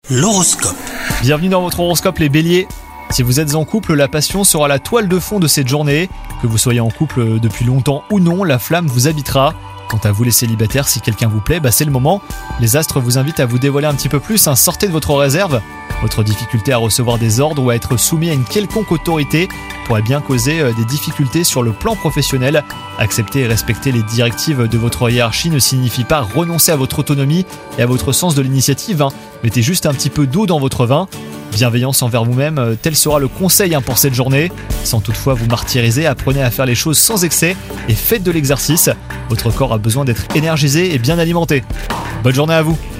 L'horoscope. Bienvenue dans votre horoscope les béliers. Si vous êtes en couple, la passion sera la toile de fond de cette journée. Que vous soyez en couple depuis longtemps ou non, la flamme vous habitera. Quant à vous les célibataires, si quelqu'un vous plaît, c'est le moment. Les astres vous invitent à vous dévoiler un petit peu plus, sortez de votre réserve. Votre difficulté à recevoir des ordres ou à être soumis à une quelconque autorité pourrait bien causer des difficultés sur le plan professionnel. Accepter et respecter les directives de votre hiérarchie ne signifie pas renoncer à votre autonomie et à votre sens de l'initiative. Mettez juste un petit peu d'eau dans votre vin. Bienveillance envers vous-même, tel sera le conseil pour cette journée. Sans toutefois vous martyriser, apprenez à faire les choses sans excès et faites de l'exercice. Votre corps a besoin d'être énergisé et bien alimenté. Bonne journée à vous.